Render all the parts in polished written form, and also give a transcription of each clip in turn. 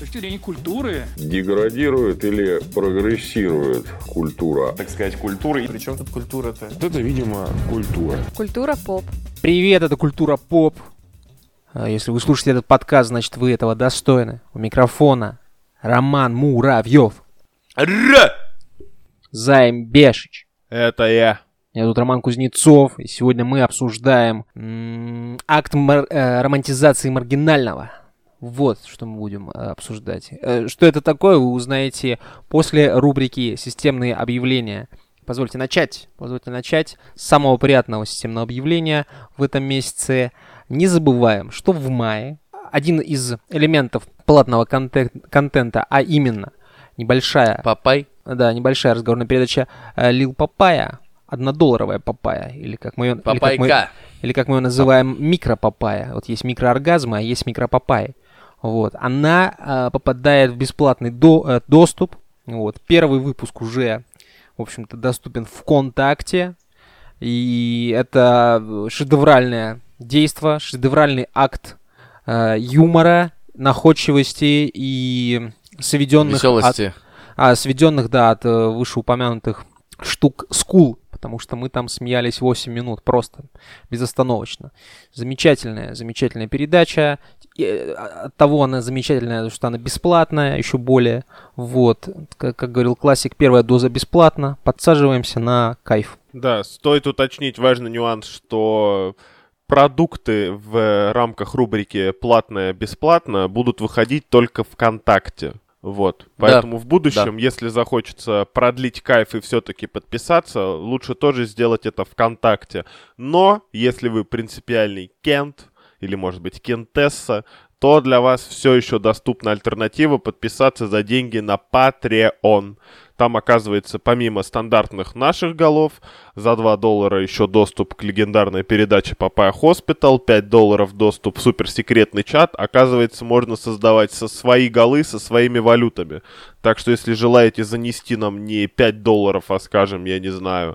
точки зрения культуры. Деградирует или прогрессирует культура? Так сказать, культура. При чем тут культура-то? Это, видимо, культура. Культура поп. Привет, это Культура Поп. Если вы слушаете этот подкаст, значит вы этого достойны. У микрофона Роман Муравьев. Займ Бешич. Это я. Я тут Роман Кузнецов, и сегодня мы обсуждаем акт романтизации маргинального. Вот что мы будем обсуждать. Что это такое, вы узнаете после рубрики «Системные объявления». Позвольте начать с самого приятного системного объявления в этом месяце. Не забываем, что в мае один из элементов платного контента, а именно небольшая разговорная передача Лил Папайя, $1 Папайя, или как мы ее называем, микро-папайя. Вот есть микрооргазмы, а есть микро-папайи. Вот. Она попадает в бесплатный доступ. Вот. Первый выпуск уже, в общем-то, доступен ВКонтакте. И это шедевральное действо, шедевральный акт юмора, находчивости и сведенных от вышеупомянутых штук скул. Потому что мы там смеялись 8 минут просто, безостановочно. Замечательная передача. И оттого она замечательная, что она бесплатная, еще более. Вот, как говорил классик, первая доза бесплатна. Подсаживаемся на кайф. Да, стоит уточнить важный нюанс, что продукты в рамках рубрики «Платное-бесплатно» будут выходить только ВКонтакте. Вот, поэтому в будущем, если захочется продлить кайф и все-таки подписаться, лучше тоже сделать это ВКонтакте. Но, если вы принципиальный Кент, или, может быть, Кентесса, то для вас все еще доступна альтернатива подписаться за деньги на Patreon. Там, оказывается, помимо стандартных наших голов, за $2 еще доступ к легендарной передаче Papaya Hospital, $5 доступ в суперсекретный чат. Оказывается, можно создавать свои голы со своими валютами. Так что, если желаете занести нам не $5, а, скажем, я не знаю...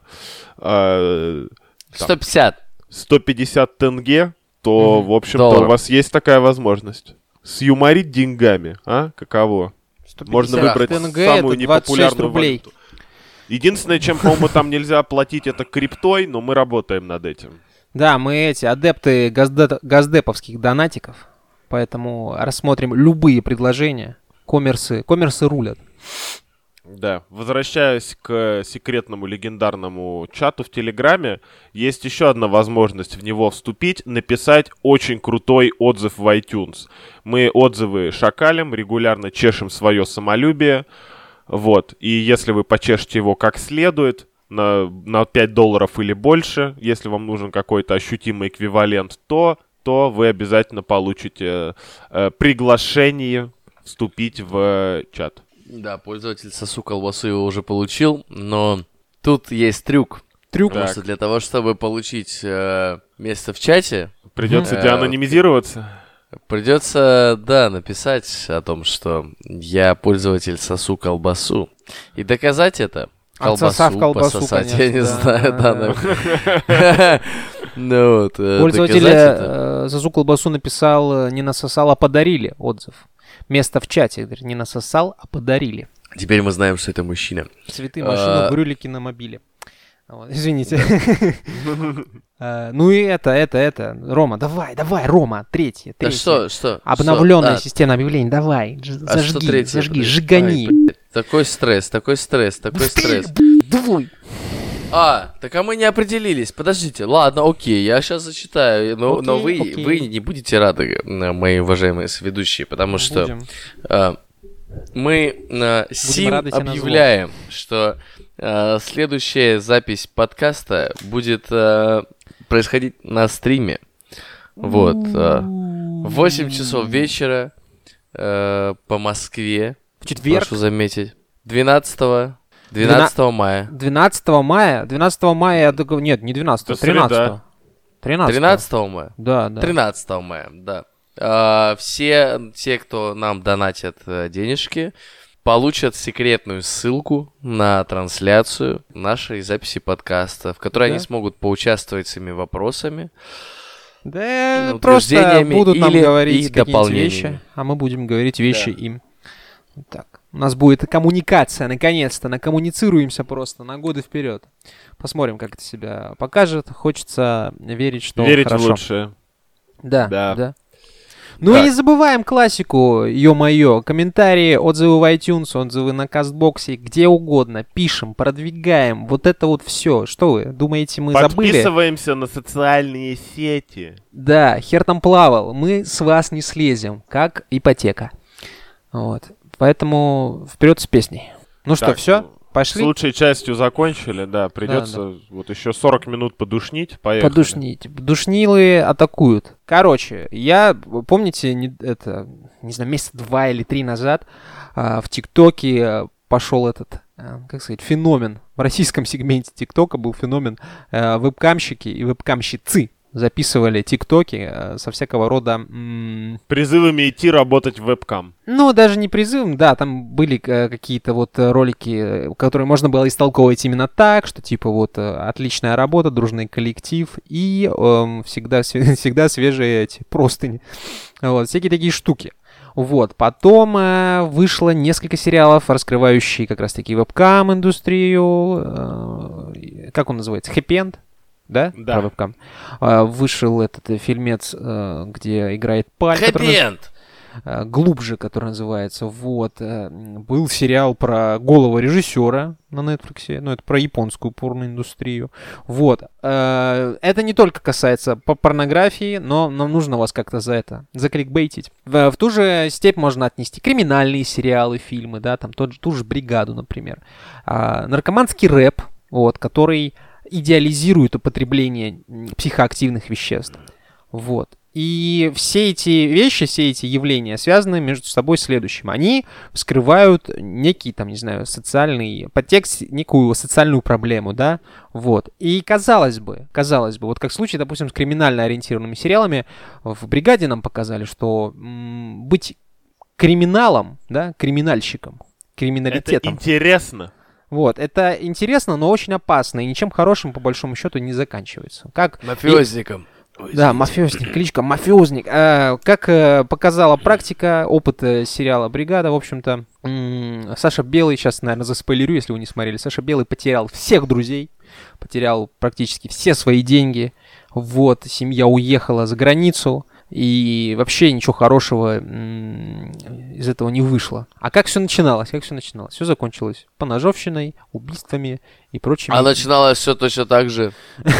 150 тенге, то, в общем-то, у вас есть такая возможность. Сюморить деньгами, а? Каково? Можно выбрать самую непопулярную валюту. Единственное, чем, по-моему, там нельзя платить, это криптой, но мы работаем над этим. Да, мы адепты газдеповских донатиков, поэтому рассмотрим любые предложения. Коммерсы рулят. Да, возвращаясь к секретному легендарному чату в Телеграме, есть еще одна возможность в него вступить, написать очень крутой отзыв в iTunes. Мы отзывы шакалим, регулярно чешем свое самолюбие, вот, и если вы почешете его как следует, на $5 или больше, если вам нужен какой-то ощутимый эквивалент, то вы обязательно получите приглашение вступить в чат. Да, пользователь сосу колбасу его уже получил, но тут есть трюк. Потому что для того, чтобы получить место в чате... Придется деанонимизироваться? Придется, написать о том, что я пользователь сосу колбасу. И доказать это. Колбасу пососать, конечно, я не знаю. Пользователь сосу колбасу написал «не насосал, а подарили» отзыв. Место в чате, говорит, не насосал, а подарили. Теперь мы знаем, что это мужчина. Цветы, машину, брюлики на мобиле. Вот, извините. Ну и это. Рома, давай, Рома, третье. Да что? Обновленная система объявлений, давай. Зажги, жигани. Такой стресс. Давай. Так мы не определились. Подождите, ладно, окей, я сейчас зачитаю, но вы не будете рады, мои уважаемые соведущие, потому что мы объявляем, что следующая запись подкаста будет происходить на стриме. Вот. В 8 часов вечера по Москве. В четверг? Прошу заметить. 12 мая. 12 мая? 12 мая, я думаю, нет, не 12, 13. 13 мая? Да. 13 мая, да. Все те, кто нам донатят денежки, получат секретную ссылку на трансляцию нашей записи подкаста, в которой они смогут поучаствовать своими вопросами. Да, просто будут нам говорить какие-то вещи, а мы будем говорить вещи им. Так. У нас будет коммуникация, наконец-то. Накоммуницируемся просто на годы вперед. Посмотрим, как это себя покажет. Хочется верить, что Верить хорошо. в лучшее. Да. Ну и не забываем классику, ё-моё. Комментарии, отзывы в iTunes, отзывы на Кастбоксе, где угодно. Пишем, продвигаем. Вот это вот все. Что вы, думаете, мы забыли? Подписываемся на социальные сети. Да, хер там плавал. Мы с вас не слезем, как ипотека. Вот. Поэтому вперед с песней. Ну что, Так, все? С Пошли? лучшей частью закончили, да. Придется вот еще 40 минут подушнить. Поехали. Подушните. Душнилы атакуют. Короче, помните, не знаю, месяца 2 или 3 назад в ТикТоке пошел этот, как сказать, феномен. В российском сегменте ТикТока был феномен. Вебкамщики и вебкамщицы записывали ТикТоки со всякого рода... Призывами идти работать в вебкам. Ну, даже не призывом, да, там были какие-то вот ролики, которые можно было истолковывать именно так, что типа вот отличная работа, дружный коллектив и всегда свежие эти простыни. Вот, всякие такие штуки. Вот, потом вышло несколько сериалов, раскрывающие как раз-таки вебкам-индустрию. Как он называется? Хэппи-энд? Да? Да. Про вебкам. Вышел этот фильмец, где играет Паль. Хэппи-энд! Глубже, который называется. Вот. Был сериал про голого режиссера на Netflix. Ну, это про японскую порноиндустрию. Вот. Это не только касается порнографии, но нам нужно вас как-то за это закликбейтить. В ту же степь можно отнести криминальные сериалы, фильмы, да, там ту же «Бригаду», например. Наркоманский рэп, вот, который идеализирует употребление психоактивных веществ. Вот. И все эти вещи, все эти явления связаны между собой следующим. Они вскрывают некий, там, не знаю, социальный подтекст, некую социальную проблему, да, вот. И казалось бы, вот как в случае, допустим, с криминально ориентированными сериалами, в «Бригаде» нам показали, что быть криминалом, да, криминальщиком, криминалитетом. Это интересно. Вот, это интересно, но очень опасно, и ничем хорошим, по большому счету, не заканчивается. Как... Мафиозником. Да, мафиозник, кличка мафиозник. Как показала практика, опыт сериала «Бригада», в общем-то, Саша Белый, сейчас, наверное, заспойлерю, если вы не смотрели, Саша Белый потерял всех друзей, потерял практически все свои деньги, вот, семья уехала за границу, и вообще ничего хорошего из этого не вышло. А как все начиналось? Все закончилось поножовщиной, убийствами и прочими... А начиналось все точно так же.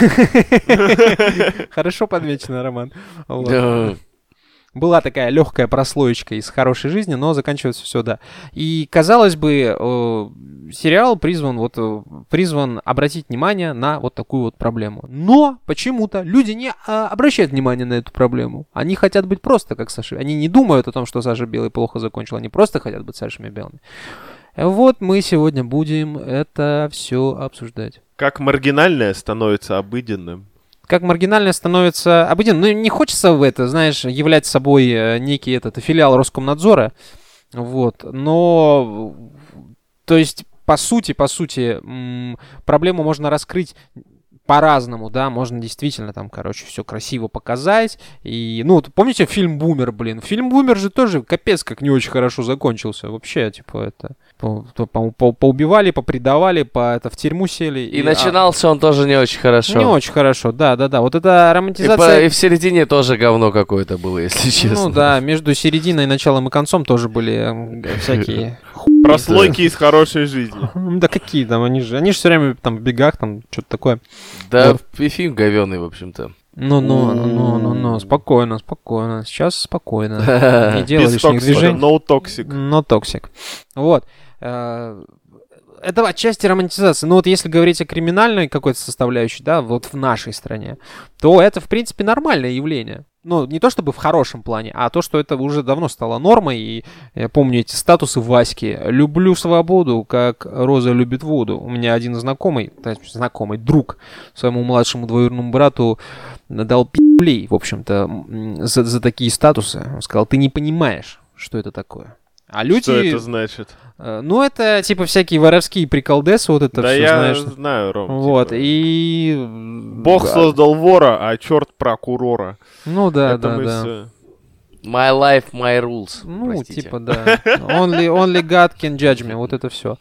Хорошо подмечено, Роман. Вот. Да. Была такая легкая прослоечка из хорошей жизни, но заканчивается все, да. И, казалось бы, сериал призван обратить внимание на вот такую вот проблему. Но почему-то люди не обращают внимания на эту проблему. Они хотят быть просто как Саша. Они не думают о том, что Саша Белый плохо закончил. Они просто хотят быть Сашами Белыми. Вот мы сегодня будем это все обсуждать. Как маргинальное становится обыденным. Как маргинальное становится обыденным. Ну, не хочется в это, знаешь, являть собой некий филиал Роскомнадзора. Вот. Но, то есть, по сути, проблему можно раскрыть по-разному, да, можно действительно там, все красиво показать. И, помните фильм «Бумер», блин? Фильм «Бумер» же тоже капец как не очень хорошо закончился. Вообще, поубивали, попредавали, в тюрьму сели. И начинался он тоже не очень хорошо. Не очень хорошо, да. Вот эта романтизация... И в середине тоже говно какое-то было, если честно. Ну да, между серединой, началом и концом тоже были всякие... Прослойки из хорошей жизни. Да какие там, они же все время там в бегах, там что-то такое. Да, и фильм говёный, в общем-то. Ну, спокойно. Сейчас спокойно. Не делай лишних движений. No toxic. No toxic. Вот. Это отчасти романтизация. Но вот если говорить о криминальной какой-то составляющей, да, вот в нашей стране, то это, в принципе, нормальное явление. Ну, не то чтобы в хорошем плане, а то, что это уже давно стало нормой. И я помню эти статусы Васьки. «Люблю свободу, как роза любит воду». У меня один знакомый, друг, своему младшему двоюродному брату дал пи***лей, в общем-то, за такие статусы. Он сказал: ты не понимаешь, что это такое. А люди... Что это значит? Ну, это типа всякие воровские приколдесы, вот это да все, знаешь. Да я знаю, Ром. Вот, типа... и... Бог создал вора, а черт прокурора. Ну, да, это да. My life, my rules. Ну, простите. типа, да. Only God can judge me. Вот это все.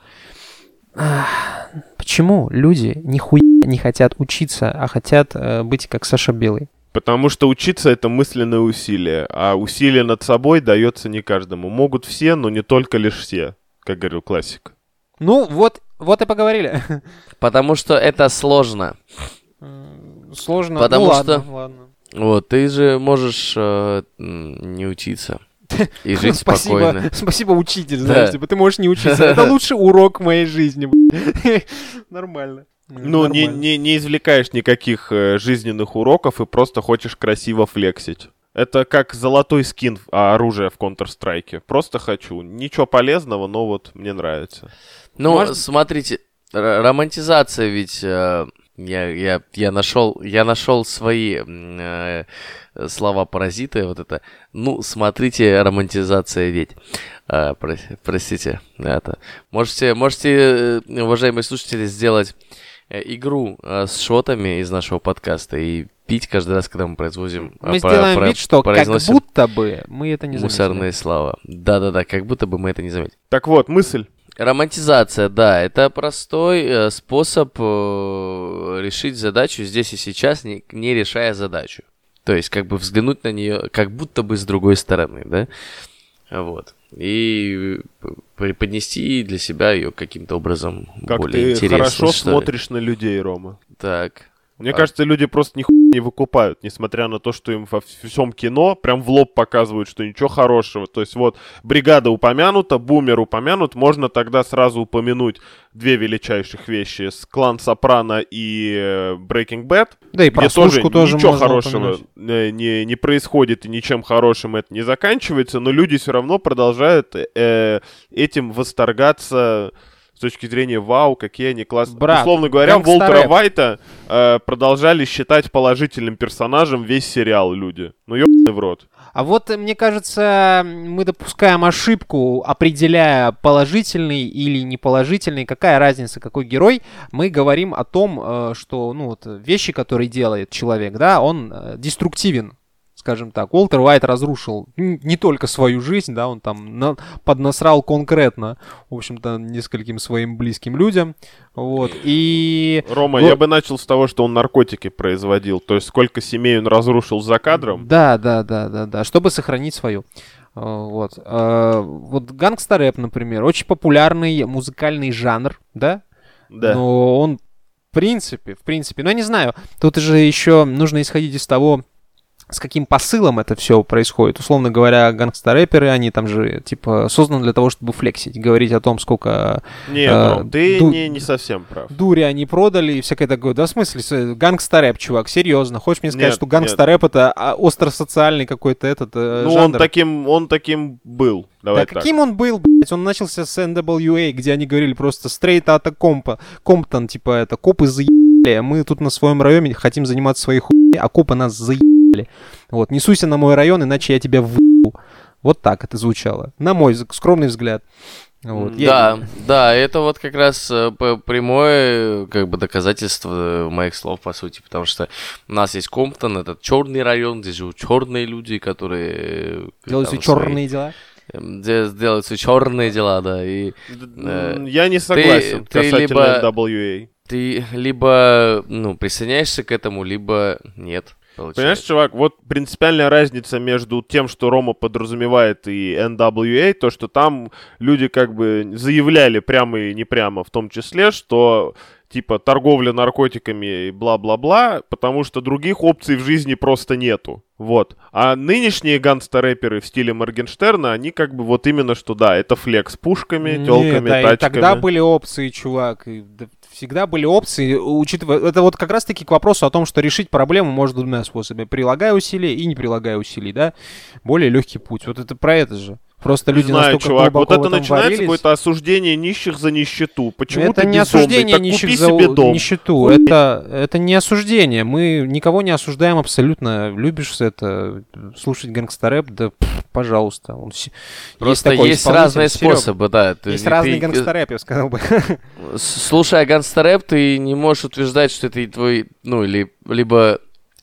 Почему люди нихуя не хотят учиться, а хотят быть как Саша Белый? Потому что учиться — это мысленное усилие, а усилие над собой дается не каждому. Могут все, но не только лишь все, как говорил классик. Ну, вот и поговорили. Потому что это сложно. Сложно. Потому ну, что- ладно. Вот, ты же можешь не учиться и жить спокойно. Спасибо, учитель, Да. знаешь, типа, ты можешь не учиться. Это лучший урок в моей жизни. Нормально. Ну, Нормально. не извлекаешь никаких жизненных уроков и просто хочешь красиво флексить. Это как золотой скин оружия в Counter-Strike. Просто хочу. Ничего полезного, но вот мне нравится. Ну, Может- смотрите, романтизация ведь... Я нашел свои слова-паразиты, вот это. Ну, смотрите, романтизация ведь. Простите, это. Можете, уважаемые слушатели, сделать игру с шотами из нашего подкаста и пить каждый раз, когда мы производим... Мы сделаем вид, что как произносим будто бы мы это не заметили. мусорные слова. Да-да-да, как будто бы мы это не заметили. Так вот, мысль. Романтизация, да, это простой способ решить задачу здесь и сейчас, не решая задачу. То есть, как бы взглянуть на нее как будто бы с другой стороны, да? Вот. И преподнести для себя ее каким-то образом Как более ты интересно. хорошо что ли. смотришь на людей, Рома. Так. Мне кажется, люди просто нихуя не выкупают, несмотря на то, что им во всем кино прям в лоб показывают, что ничего хорошего. То есть вот бригада упомянута, бумер упомянут, можно тогда сразу упомянуть две величайших вещи с Клан Сопрано и Breaking Bad, Да и где прослушку тоже ничего можно хорошего упомянуть. не происходит и ничем хорошим это не заканчивается, но люди все равно продолжают этим восторгаться. С точки зрения, вау, какие они классные. Брат, Условно говоря, гангста Уолтера рэп. Вайта продолжали считать положительным персонажем весь сериал люди. Ну, ёбаный в рот. А вот, мне кажется, мы допускаем ошибку, определяя положительный или неположительный, какая разница, какой герой. Мы говорим о том, что ну, вот, вещи, которые делает человек, да, он деструктивен. Скажем так, Уолтер Уайт разрушил не только свою жизнь, да, он там поднасрал конкретно, в общем-то, нескольким своим близким людям, вот, и... Рома, Вот. я бы начал с того, что он наркотики производил. То есть сколько семей он разрушил за кадром. Да, чтобы сохранить свою. Вот. Вот гангста-рэп, например, очень популярный музыкальный жанр, да? Да. Но он, в принципе, ну, я не знаю, тут же еще нужно исходить из того, с каким посылом это все происходит. Условно говоря, гангста-рэперы, они там же, типа, созданы для того, чтобы флексить, говорить о том, сколько Нет, Ром, ты не совсем прав. дури они продали и всякое такое. Да, в смысле, гангста-рэп, чувак, серьезно. Хочешь мне сказать, Нет, что гангста-рэп это остросоциальный какой-то этот Ну, жанр? он таким был. Давай Да так. каким он был, блядь? Он начался с NWA, где они говорили просто straight outta Compton, типа это, копы заебали, мы тут на своем районе хотим заниматься своей хуйней, а копы нас заебали. Вот, не суйся на мой район, иначе я тебя выебу. Вот так это звучало, на мой скромный взгляд. Вот. Да, это вот как раз прямое как бы доказательство моих слов, по сути, потому что у нас есть Комптон, этот черный район, здесь живут черные люди, которые... Делают свои черные дела. Делают свои черные дела, да, и... Я не согласен ты касательно либо- NWA. Ты либо, присоединяешься к этому, либо нет. Получается. Понимаешь, чувак, вот принципиальная разница между тем, что Рома подразумевает, и NWA, то, что там люди как бы заявляли прямо и не прямо, в том числе, что типа торговля наркотиками и бла-бла-бла, потому что других опций в жизни просто нету. Вот. А нынешние гангста-рэперы в стиле Моргенштерна, они как бы вот именно что, да, это флекс пушками, тёлками, да, и тачками. тогда были опции, чувак. Всегда были опции, учитывая... Это вот как раз-таки к вопросу о том, что решить проблему можно двумя способами. Прилагая усилия и не прилагая усилий, да? Более легкий путь. Вот это про это же. Просто люди Знаю, настолько чувак, глубоко вот это в этом начинается варились. какое-то осуждение нищих за нищету. Почему Это ты не бездомный? осуждение Так нищих купи за себе дом. нищету. Это не осуждение. Мы никого не осуждаем абсолютно. Любишь это, слушать гангста-рэп, да пожалуйста. Просто такой есть исполнитель, разные Серёг. способы, да. Есть разный гангста-рэп, я сказал бы. Слушая гангста-рэп, ты не можешь утверждать, что это твой, либо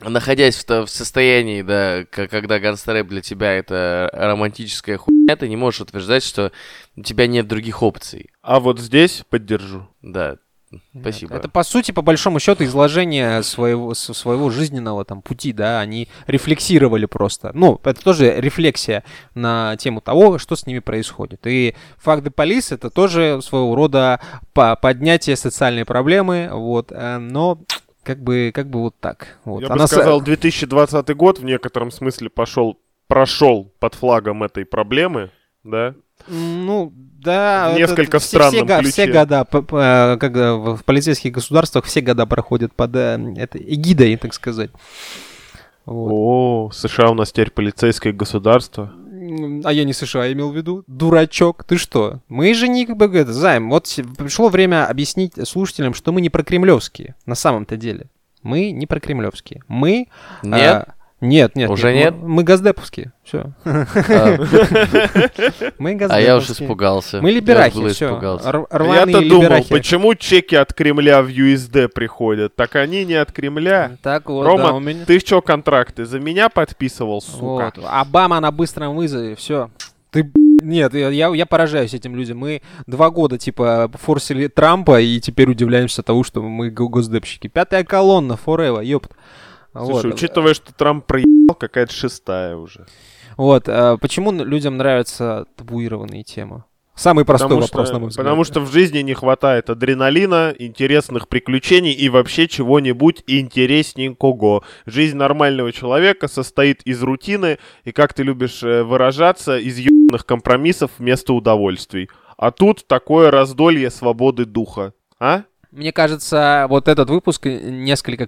находясь в состоянии, да, когда гангстер-рэп для тебя это романтическая хуйня, ты не можешь утверждать, что у тебя нет других опций. А вот здесь поддержу. Да, спасибо. Это, по сути, по большому счету, изложение своего жизненного там пути, да, они рефлексировали просто. Ну, это тоже рефлексия на тему того, что с ними происходит. И Fuck the Police — это тоже своего рода поднятие социальной проблемы, вот, но... Как бы вот так. Вот. Я бы сказал, 2020 год в некотором смысле прошел под флагом этой проблемы, да? Ну, да. В несколько странном ключе. Все года, когда в полицейских государствах все года проходят под этой эгидой, так сказать. Вот. О, США у нас теперь полицейское государство. А я не США имел в виду. Дурачок, ты что? Мы же не Займ. Вот пришло время объяснить слушателям, что мы не прокремлевские. На самом-то деле. Мы не прокремлевские. Мы... Нет? Нет. Уже нет? Мы газдеповские. Все. Мы газдеповские. А я уж испугался. Мы либерахи, все. Я-то думал, почему чеки от Кремля в USD приходят? Так они не от Кремля. Так вот, Рома, да, у меня... ты что, контракты за меня подписывал, сука? Вот. Обама на быстром вызове, все. Ты, нет, я поражаюсь этим людям. Мы 2 года, типа, форсили Трампа, и теперь удивляемся того, что мы госдепщики. 5-я колонна, forever, ёпт. Слушай, вот. Учитывая, что Трамп проебал, какая-то 6-я уже. Вот, почему людям нравятся табуированные темы? Самый простой вопрос, на мой взгляд. Потому что в жизни не хватает адреналина, интересных приключений и вообще чего-нибудь интересненького. Жизнь нормального человека состоит из рутины и, как ты любишь выражаться, из ебаных компромиссов вместо удовольствий. А тут такое раздолье свободы духа. А? Мне кажется, вот этот выпуск несколько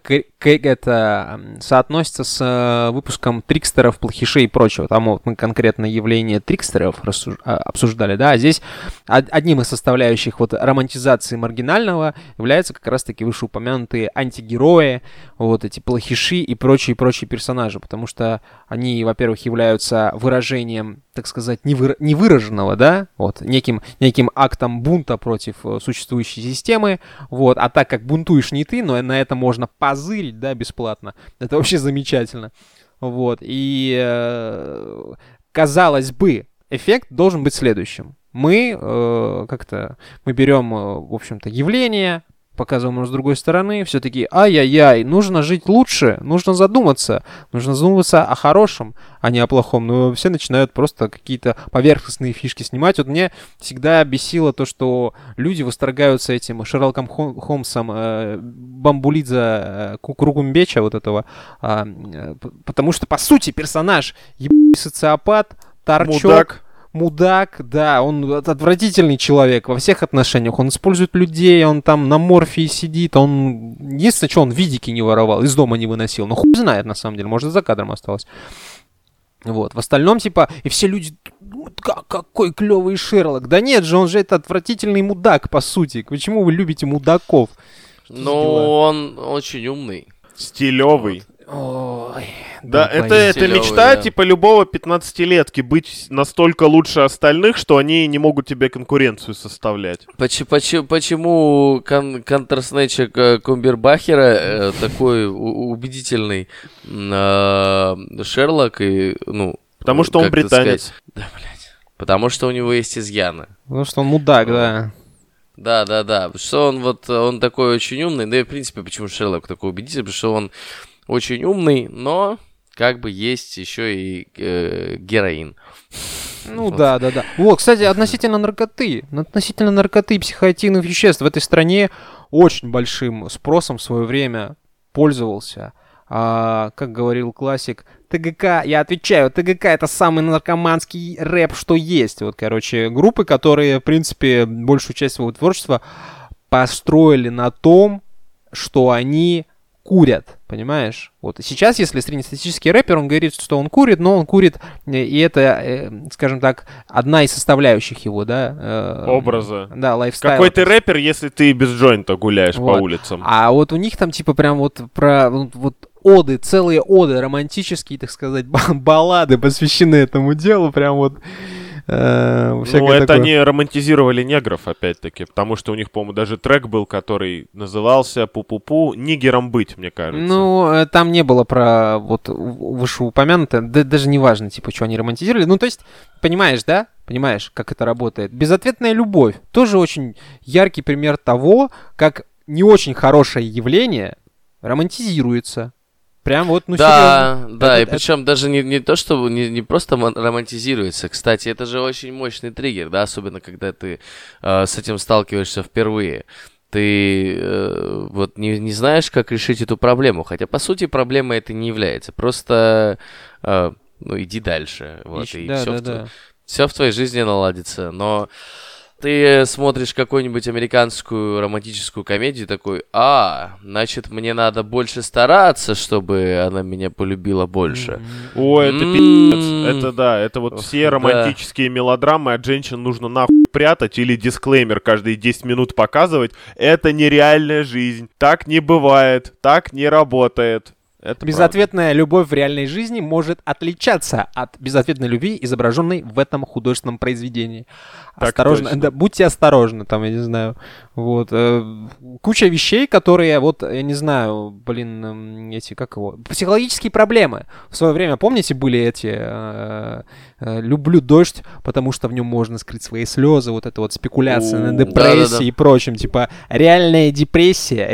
соотносится с выпуском трикстеров, плохишей и прочего. Там вот мы конкретно явление трикстеров обсуждали, да, а здесь одним из составляющих вот романтизации маргинального являются как раз-таки вышеупомянутые антигерои, вот эти плохиши и прочие персонажи, потому что они, во-первых, являются выражением, так сказать, невыраженного, да, вот, неким актом бунта против существующей системы, вот, а так как бунтуешь не ты, но на это можно позырить, да, бесплатно, это вообще замечательно, вот, и, казалось бы, эффект должен быть следующим. Мы берем, в общем-то, явление, показываем его с другой стороны, все таки ай-яй-яй, нужно жить лучше, нужно задуматься о хорошем, а не о плохом. Но все начинают просто какие-то поверхностные фишки снимать. Вот мне всегда бесило то, что люди восторгаются этим Шерлоком Холмсом Бамбулидзе Кукурукумбеча вот этого, потому что, по сути, персонаж ебаный социопат, торчок, мудак, да, он отвратительный человек во всех отношениях. Он использует людей, он там на морфии сидит, он... Единственное, что он видики не воровал, из дома не выносил. Ну, хуй знает, на самом деле, может, за кадром осталось. Вот, в остальном, типа, и все люди... Какой клевый Шерлок. Да нет же, он же это отвратительный мудак, по сути. Почему вы любите мудаков? Ну, он очень умный. Стилевый. Ой, да, это мечта, да. Типа, любого 15-летки быть настолько лучше остальных, что они не могут тебе конкуренцию составлять. Почему контрснэчик Кумбербахера такой убедительный Шерлок и, ну... Потому что он британец. Да, блядь. Потому что у него есть изъяны. Потому что он мудак, да. Да. Что он такой очень умный. Да и, в принципе, почему Шерлок такой убедительный? Потому что он очень умный, но как бы есть еще и героин. Ну вот. Да. Вот, кстати, относительно наркоты и психоактивных веществ в этой стране очень большим спросом в свое время пользовался. Как говорил классик, ТГК, я отвечаю, ТГК — это самый наркоманский рэп, что есть. Вот, короче, группы, которые, в принципе, большую часть своего творчества построили на том, что они курят, понимаешь? Вот. И сейчас, если среднестатистический рэпер, он говорит, что он курит, но он курит, и это, скажем так, одна из составляющих его, да? Образа. Да, лайфстайл. Какой ты рэпер, если ты без джойнта гуляешь вот по улицам? А вот у них там, типа, прям вот про... Вот оды, целые оды, романтические, так сказать, баллады посвящены этому делу, прям вот... Ну, это они романтизировали негров, опять-таки, потому что у них, по-моему, даже трек был, который назывался «Пу-пу-пу, нигером быть», мне кажется. Ну, там не было про вот вышеупомянутое, даже не важно, типа, что они романтизировали. Ну, то есть, понимаешь, да? Понимаешь, как это работает? Безответная любовь. Тоже очень яркий пример того, как не очень хорошее явление романтизируется. Прям вот, ну, да, серьезно. Да, и причем даже не то, что не просто романтизируется. Кстати, это же очень мощный триггер, да, особенно когда ты с этим сталкиваешься впервые. Ты вот не знаешь, как решить эту проблему. Хотя, по сути, проблемой это не является. Просто, ну, иди дальше. Вот, и все в твоей жизни наладится. Но ты смотришь какую-нибудь американскую романтическую комедию, такой, значит, мне надо больше стараться, чтобы она меня полюбила больше. О, это пиздец. Это да, это вот все романтические мелодрамы от женщин нужно нахуй прятать или дисклеймер каждые 10 минут показывать. Это нереальная жизнь. Так не бывает, так не работает. Это безответная любовь в реальной жизни может отличаться от безответной любви, изображенной в этом художественном произведении. Так осторожно, да, будьте осторожны, там, я не знаю, вот, куча вещей, которые, вот, я не знаю, психологические проблемы. В свое время, помните, были эти «люблю дождь, потому что в нем можно скрыть свои слезы», вот это вот спекуляция на депрессии и прочем, типа, реальная депрессия,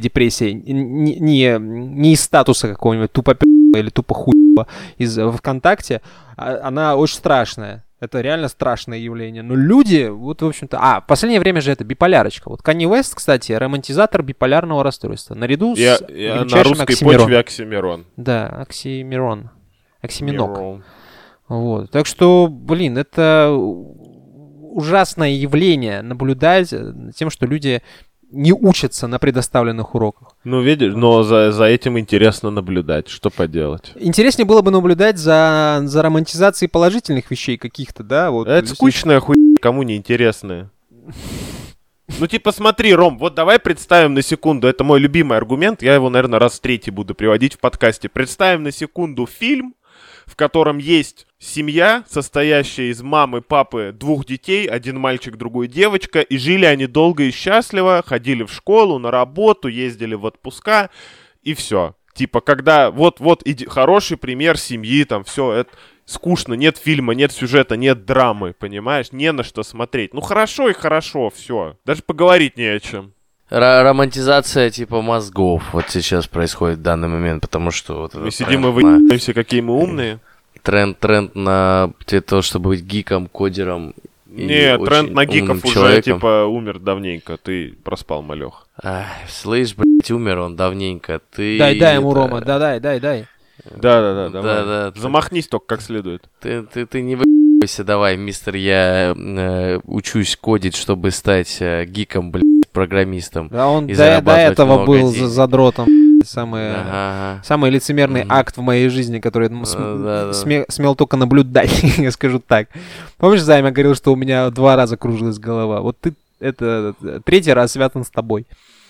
не из статуса какого-нибудь тупопёрого или тупохуевого из ВКонтакте, она очень страшная. Это реально страшное явление. Но люди, вот, в общем-то... в последнее время же это биполярочка. Вот Канье Уэст, кстати, романтизатор биполярного расстройства. Наряду с на русской почве оксимирон. Да, оксиминок. Вот. Так что, блин, это ужасное явление наблюдать за тем, что люди не учатся на предоставленных уроках. Ну, видишь, но за этим интересно наблюдать. Что поделать? Интереснее было бы наблюдать за романтизацией положительных вещей каких-то, да? Вот, это скучная хуйня, кому не интересная. Ну, типа, смотри, Ром, вот давай представим на секунду, это мой любимый аргумент, я его, наверное, раз в третий буду приводить в подкасте. Представим на секунду фильм, в котором есть семья, состоящая из мамы, папы, 2 детей, 1 мальчик, другой девочка, и жили они долго и счастливо, ходили в школу, на работу, ездили в отпуска, и все. Типа, когда хороший пример семьи, там все, это скучно, нет фильма, нет сюжета, нет драмы, понимаешь, не на что смотреть. Ну, хорошо и хорошо, все, даже поговорить не о чем. Романтизация типа мозгов вот сейчас происходит в данный момент, потому что... Вот мы сидим и выебаемся, какие мы умные. Тренд на то, чтобы быть гиком, кодером. Нет, тренд на гиков уже человеком. Типа умер давненько, ты проспал, малёх. Слышь, блядь, умер он давненько, ты... Дай ему, Рома, дай. Да, давай. Замахнись только как следует. Ты не выебайся, давай, мистер, я учусь кодить, чтобы стать гиком, блядь, программистом. Да он до этого был задротом. Самый лицемерный акт в моей жизни, который смел только наблюдать, я скажу так. Помнишь, Займ, я говорил, что у меня 2 раза кружилась голова? Вот ты, это 3-й раз связан с тобой.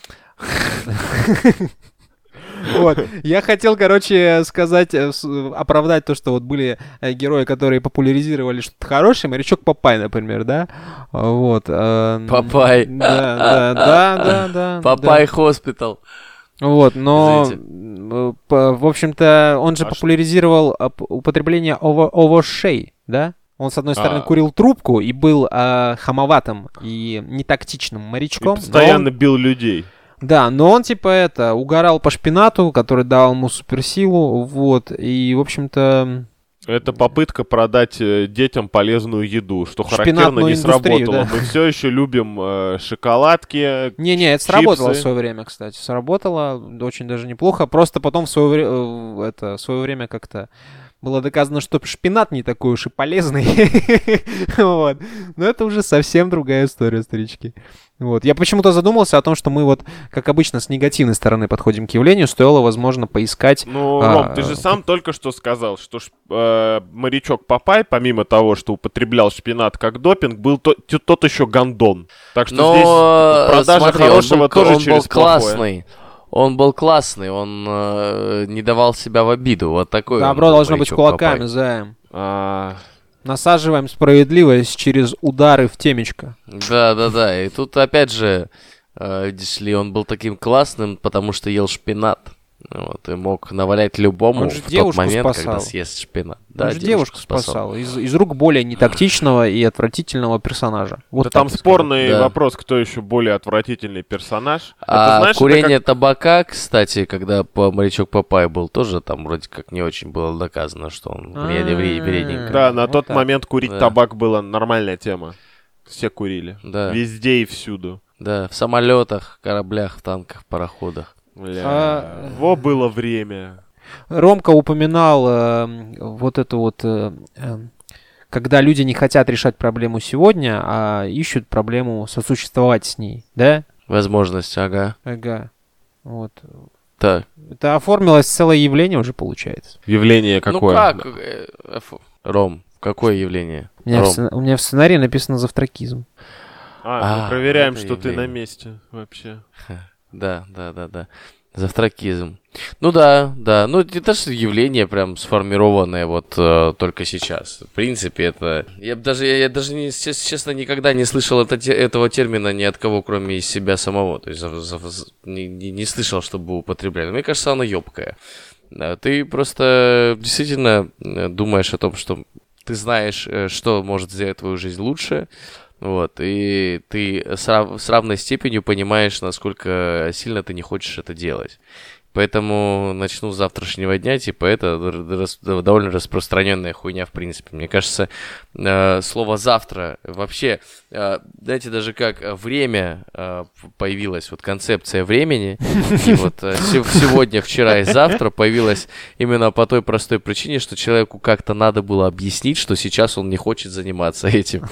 Вот. Я хотел, сказать, оправдать то, что вот были герои, которые популяризировали что-то хорошее. Морячок Папай, например, да? Вот. Папай. Да. Папай Хоспитал. Вот, но, в общем-то, он же популяризировал употребление овощей, да? Он, с одной стороны, курил трубку и был хамоватым и нетактичным морячком. И постоянно бил людей. Да, но он, угорал по шпинату, который дал ему суперсилу, вот, и, в общем-то... Это попытка продать детям полезную еду, что характерно не сработало. Да. Мы все еще любим шоколадки. Не, это сработало в свое время, кстати. Сработало очень даже неплохо. Просто потом в свое время как-то было доказано, что шпинат не такой уж и полезный. Вот. Но это уже совсем другая история, старички. Вот. Я почему-то задумался о том, что мы вот, как обычно, с негативной стороны подходим к явлению. Стоило, возможно, поискать... Ну, Ром, ты же сам только что сказал, что морячок Папай, помимо того, что употреблял шпинат как допинг, был тот еще гондон. Так что здесь продажа хорошего тоже через плохое. Он был классный, он не давал себя в обиду. Вот такой. Добро должно быть кулаками, Займ. Насаживаем справедливость через удары в темечко. Да. И тут, опять же, видишь ли, он был таким классным, потому что ел шпинат. Вот, и мог навалять любому Он же в тот девушку момент, спасал. когда съест шпинат. Он же девушку спасал. Из рук более нетактичного и отвратительного персонажа. Вот Да так там я спорный Да. вопрос, кто еще более отвратительный персонаж. А Это, знаешь, курение это табака, кстати, когда морячок Папай был, тоже там вроде как не очень было доказано, что он вредненько. как... Да, на Вот тот так. момент курить Да. табак была нормальная тема. Все курили. Да. Везде и всюду. Да, в самолетах, кораблях, в танках, пароходах. Бля, во было время. Ромка упоминал вот это вот, когда люди не хотят решать проблему сегодня, а ищут проблему сосуществовать с ней, да? Возможность, ага. Ага. Вот. Так. Это оформилось целое явление уже, получается. Явление какое? Ну как? Ром, какое явление? Ром. У меня в сценарии написано завтракизм. Мы проверяем, это что ты на явление. месте вообще. Да. Завтракизм. Ну да. Ну это же явление прям сформированное вот только сейчас. В принципе, это... Я даже честно, никогда не слышал этого термина ни от кого, кроме себя самого. То есть не слышал, чтобы употребляли. Мне кажется, оно ёбкое. Ты просто действительно думаешь о том, что ты знаешь, что может сделать твою жизнь лучше. Вот, и ты с равной степенью понимаешь, насколько сильно ты не хочешь это делать. Поэтому начну с завтрашнего дня, типа, это довольно распространенная хуйня, в принципе. Мне кажется, слово «завтра» вообще, знаете, даже как время появилась, вот концепция времени, и вот сегодня, вчера и завтра появилась именно по той простой причине, что человеку как-то надо было объяснить, что сейчас он не хочет заниматься этим.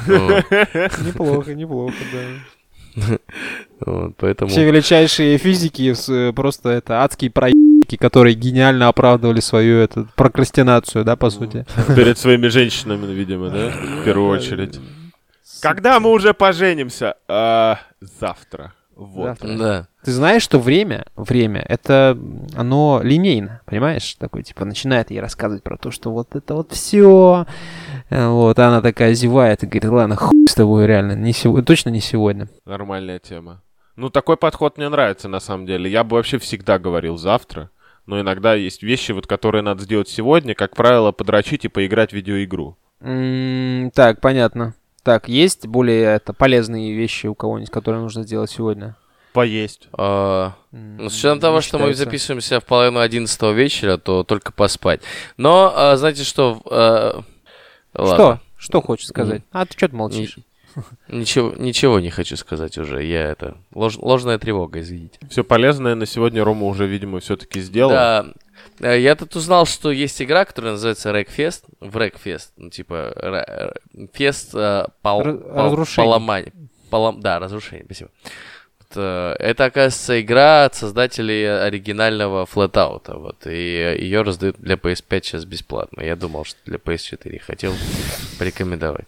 Неплохо, да. Вот, поэтому... Все величайшие физики просто это адские проебки, которые гениально оправдывали свою прокрастинацию, да, по сути. Перед своими женщинами, видимо, да? В первую очередь. Когда мы уже поженимся? Завтра. Вот. Завтра. Да. Ты знаешь, что время, это, оно линейно, понимаешь? Такой, типа, начинает ей рассказывать про то, что вот это вот все. Вот, а она такая зевает и говорит, ладно, хуй с тобой, реально, точно не сегодня. Нормальная тема. Ну, такой подход мне нравится, на самом деле. Я бы вообще всегда говорил завтра. Но иногда есть вещи, вот, которые надо сделать сегодня, как правило, подрочить и поиграть в видеоигру. Так, понятно. Так, есть более полезные вещи у кого-нибудь, которые нужно сделать сегодня? Поесть. Ну, с учетом того, что мы записываемся в 10:30 вечера, то только поспать. Но, знаете что... Ладно. Что хочешь сказать? А ты что ты молчишь? Ничего не хочу сказать уже. Я это... Ложная тревога, извините. Все полезное на сегодня Рома уже, видимо, все-таки сделал. Да. Я тут узнал, что есть игра, которая называется Wreckfest. Wreckfest. Ну, типа... Фест разрушений. Да, разрушение, спасибо. Это, оказывается, игра от создателей оригинального Flatout. Вот, и ее раздают для PS5 сейчас бесплатно. Я думал, что для PS4. Хотел порекомендовать.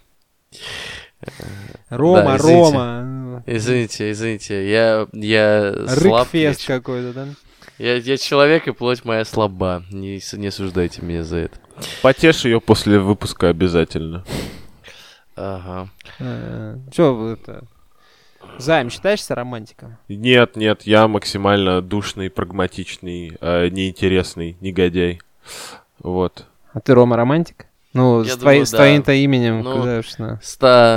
Рома, Да, извините. Рома. Извините, я слаб. Рыкфест какой-то, да? Я человек, и плоть моя слаба. Не осуждайте меня за это. Потешь ее после выпуска обязательно. Ага. Че это... Займ, считаешься романтиком? Нет, я максимально душный, прагматичный, неинтересный негодяй. Вот. А ты, Рома, романтик? Ну, Я с думаю, да. твоим-то именем, Ну, конечно, С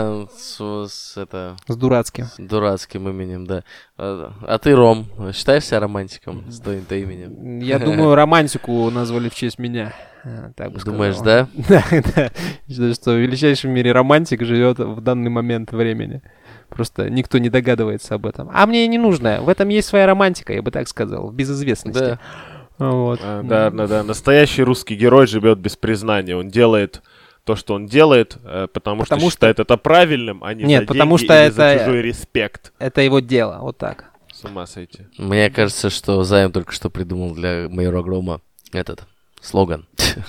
с дурацким. с дурацким именем, да. А ты, Ром, считаешься романтиком с твоим-то именем? Я думаю, романтику назвали в честь меня. Так бы Думаешь, сказал. да? Да. Считаю, что в величайшем мире романтик живет в данный момент времени. Просто никто не догадывается об этом. А мне и не нужно. В этом есть своя романтика, я бы так сказал, в безызвестности. Да. Вот. Да. Настоящий русский герой живет без признания. Он делает то, что он делает, потому что считает это правильным, а не Нет, за потому деньги что или за это- чужой респект. Это его дело, вот так. С ума сойти. Мне кажется, что Займ только что придумал для майора Грома этот слоган.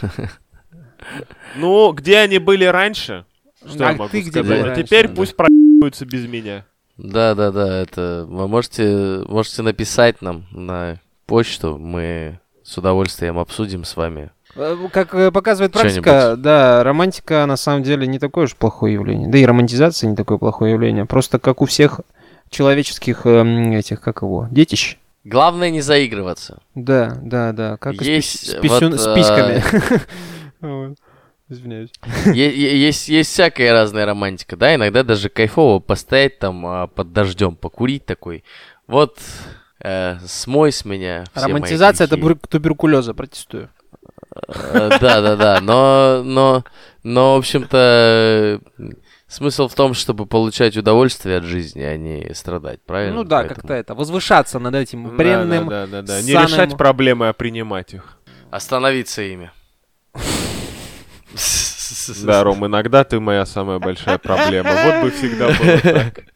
Ну, где они были раньше? Что А я могу ты где сказать? был А раньше, теперь да? пусть проебываются без меня. Да, это вы можете написать нам на почту, мы с удовольствием обсудим с вами Как показывает практика, да, романтика на самом деле не такое уж плохое явление. Да и романтизация не такое плохое явление. Просто как у всех человеческих детищ. Главное не заигрываться. Да, как есть с письками. Извиняюсь. Есть всякая разная романтика, да, иногда даже кайфово постоять там под дождем, покурить такой. Вот, смой с меня все романтизация — это туберкулеза, протестую. Да, но, в общем-то, смысл в том, чтобы получать удовольствие от жизни, а не страдать, правильно? Ну да, как-то это, возвышаться над этим бренным, Да. Не решать проблемы, а принимать их. Остановиться ими. Да, Ром, иногда ты моя самая большая проблема. Вот бы всегда было так.